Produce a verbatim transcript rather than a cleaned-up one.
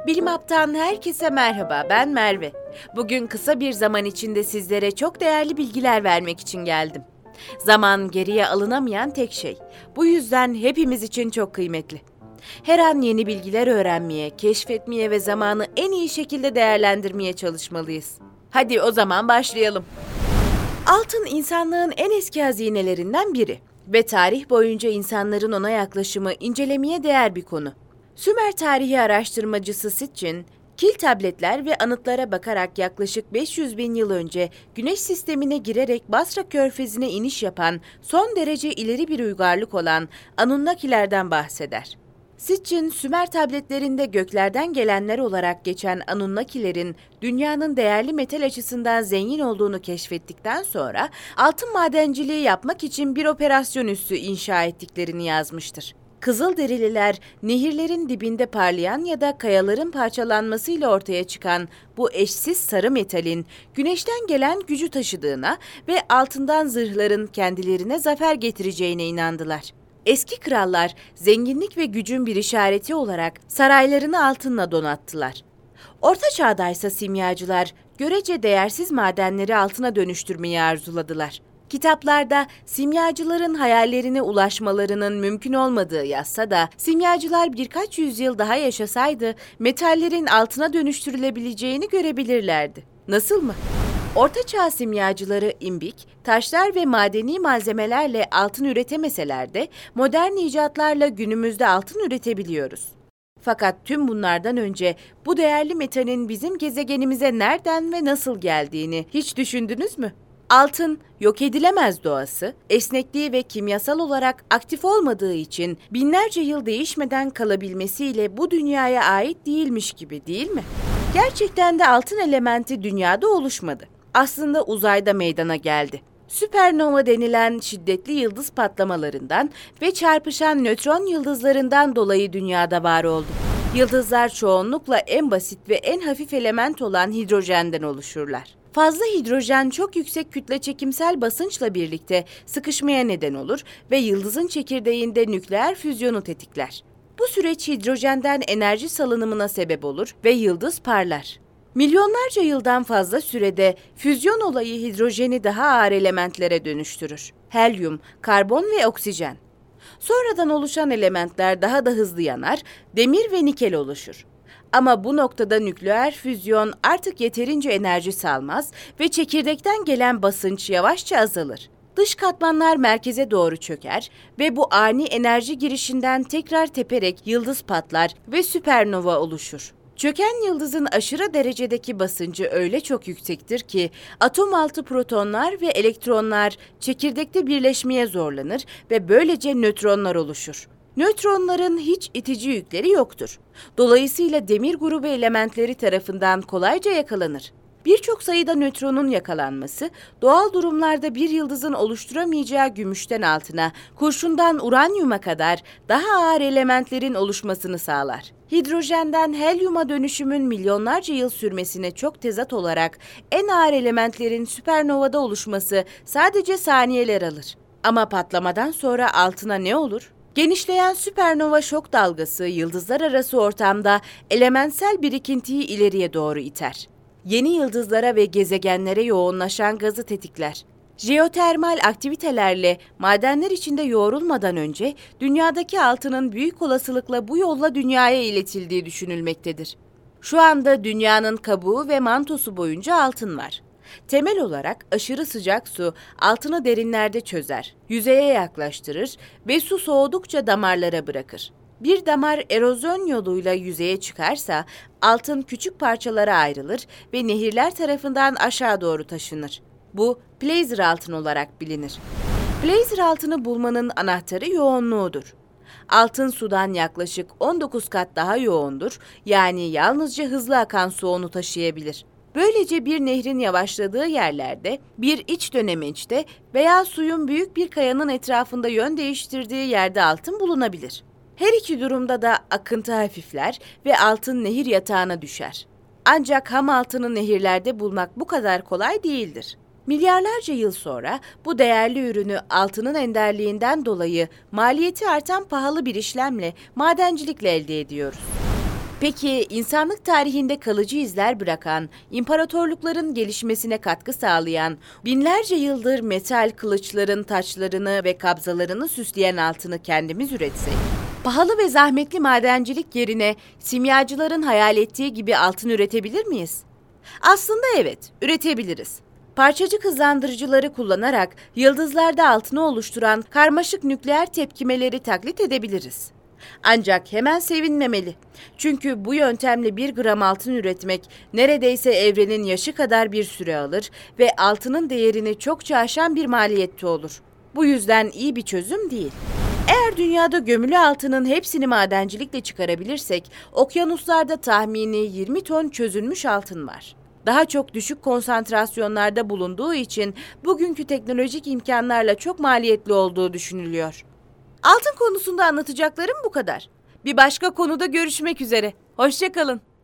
Bilim Hap'tan herkese merhaba, ben Merve. Bugün kısa bir zaman içinde sizlere çok değerli bilgiler vermek için geldim. Zaman geriye alınamayan tek şey. Bu yüzden hepimiz için çok kıymetli. Her an yeni bilgiler öğrenmeye, keşfetmeye ve zamanı en iyi şekilde değerlendirmeye çalışmalıyız. Hadi o zaman başlayalım. Altın insanlığın en eski hazinelerinden biri ve tarih boyunca insanların ona yaklaşımı incelemeye değer bir konu. Sümer tarihi araştırmacısı Sitchin, kil tabletler ve anıtlara bakarak yaklaşık beş yüz bin yıl önce Güneş sistemine girerek Basra Körfezi'ne iniş yapan son derece ileri bir uygarlık olan Anunnakilerden bahseder. Sitchin, Sümer tabletlerinde göklerden gelenler olarak geçen Anunnakilerin dünyanın değerli metal açısından zengin olduğunu keşfettikten sonra altın madenciliği yapmak için bir operasyon üssü inşa ettiklerini yazmıştır. Kızılderililer, nehirlerin dibinde parlayan ya da kayaların parçalanmasıyla ortaya çıkan bu eşsiz sarı metalin güneşten gelen gücü taşıdığına ve altından zırhların kendilerine zafer getireceğine inandılar. Eski krallar, zenginlik ve gücün bir işareti olarak saraylarını altınla donattılar. Orta çağdaysa simyacılar, görece değersiz madenleri altına dönüştürmeyi arzuladılar. Kitaplarda simyacıların hayallerine ulaşmalarının mümkün olmadığı yazsa da simyacılar birkaç yüzyıl daha yaşasaydı metallerin altına dönüştürülebileceğini görebilirlerdi. Nasıl mı? Orta Çağ simyacıları imbik, taşlar ve madeni malzemelerle altın üretemeseler de modern icatlarla günümüzde altın üretebiliyoruz. Fakat tüm bunlardan önce bu değerli metalin bizim gezegenimize nereden ve nasıl geldiğini hiç düşündünüz mü? Altın, yok edilemez doğası, esnekliği ve kimyasal olarak aktif olmadığı için binlerce yıl değişmeden kalabilmesiyle bu dünyaya ait değilmiş gibi, değil mi? Gerçekten de altın elementi dünyada oluşmadı. Aslında uzayda meydana geldi. Süpernova denilen şiddetli yıldız patlamalarından ve çarpışan nötron yıldızlarından dolayı dünyada var oldu. Yıldızlar çoğunlukla en basit ve en hafif element olan hidrojenden oluşurlar. Fazla hidrojen çok yüksek kütle çekimsel basınçla birlikte sıkışmaya neden olur ve yıldızın çekirdeğinde nükleer füzyonu tetikler. Bu süreç hidrojenden enerji salınımına sebep olur ve yıldız parlar. Milyonlarca yıldan fazla sürede füzyon olayı hidrojeni daha ağır elementlere dönüştürür. Helyum, karbon ve oksijen. Sonradan oluşan elementler daha da hızlı yanar, demir ve nikel oluşur. Ama bu noktada nükleer füzyon artık yeterince enerji salmaz ve çekirdekten gelen basınç yavaşça azalır. Dış katmanlar merkeze doğru çöker ve bu ani enerji girişinden tekrar teperek yıldız patlar ve süpernova oluşur. Çöken yıldızın aşırı derecedeki basıncı öyle çok yüksektir ki atom altı protonlar ve elektronlar çekirdekte birleşmeye zorlanır ve böylece nötronlar oluşur. Nötronların hiç itici yükleri yoktur. Dolayısıyla demir grubu elementleri tarafından kolayca yakalanır. Birçok sayıda nötronun yakalanması, doğal durumlarda bir yıldızın oluşturamayacağı gümüşten altına, kurşundan uranyuma kadar daha ağır elementlerin oluşmasını sağlar. Hidrojenden helyuma dönüşümün milyonlarca yıl sürmesine çok tezat olarak en ağır elementlerin süpernovada oluşması sadece saniyeler alır. Ama patlamadan sonra altına ne olur? Genişleyen süpernova şok dalgası yıldızlar arası ortamda elementsel birikintiyi ileriye doğru iter. Yeni yıldızlara ve gezegenlere yoğunlaşan gazı tetikler. Jeotermal aktivitelerle madenler içinde yoğrulmadan önce dünyadaki altının büyük olasılıkla bu yolla dünyaya iletildiği düşünülmektedir. Şu anda dünyanın kabuğu ve mantosu boyunca altın var. Temel olarak aşırı sıcak su altını derinlerde çözer, yüzeye yaklaştırır ve su soğudukça damarlara bırakır. Bir damar erozyon yoluyla yüzeye çıkarsa altın küçük parçalara ayrılır ve nehirler tarafından aşağı doğru taşınır. Bu Placer altın olarak bilinir. Placer altını bulmanın anahtarı yoğunluğudur. Altın sudan yaklaşık on dokuz kat daha yoğundur, yani yalnızca hızlı akan su onu taşıyabilir. Böylece bir nehrin yavaşladığı yerlerde, bir iç dönemeçte veya suyun büyük bir kayanın etrafında yön değiştirdiği yerde altın bulunabilir. Her iki durumda da akıntı hafifler ve altın nehir yatağına düşer. Ancak ham altını nehirlerde bulmak bu kadar kolay değildir. Milyarlarca yıl sonra bu değerli ürünü altının enderliğinden dolayı maliyeti artan pahalı bir işlemle, madencilikle elde ediyoruz. Peki insanlık tarihinde kalıcı izler bırakan, imparatorlukların gelişmesine katkı sağlayan, binlerce yıldır metal kılıçların taçlarını ve kabzalarını süsleyen altını kendimiz üretsek, pahalı ve zahmetli madencilik yerine simyacıların hayal ettiği gibi altın üretebilir miyiz? Aslında evet, üretebiliriz. Parçacık hızlandırıcıları kullanarak yıldızlarda altını oluşturan karmaşık nükleer tepkimeleri taklit edebiliriz. Ancak hemen sevinmemeli. Çünkü bu yöntemle bir gram altın üretmek neredeyse evrenin yaşı kadar bir süre alır ve altının değerini çokça aşan bir maliyette olur. Bu yüzden iyi bir çözüm değil. Eğer dünyada gömülü altının hepsini madencilikle çıkarabilirsek, okyanuslarda tahmini yirmi ton çözülmüş altın var. Daha çok düşük konsantrasyonlarda bulunduğu için bugünkü teknolojik imkanlarla çok maliyetli olduğu düşünülüyor. Altın konusunda anlatacaklarım bu kadar. Bir başka konuda görüşmek üzere. Hoşça kalın.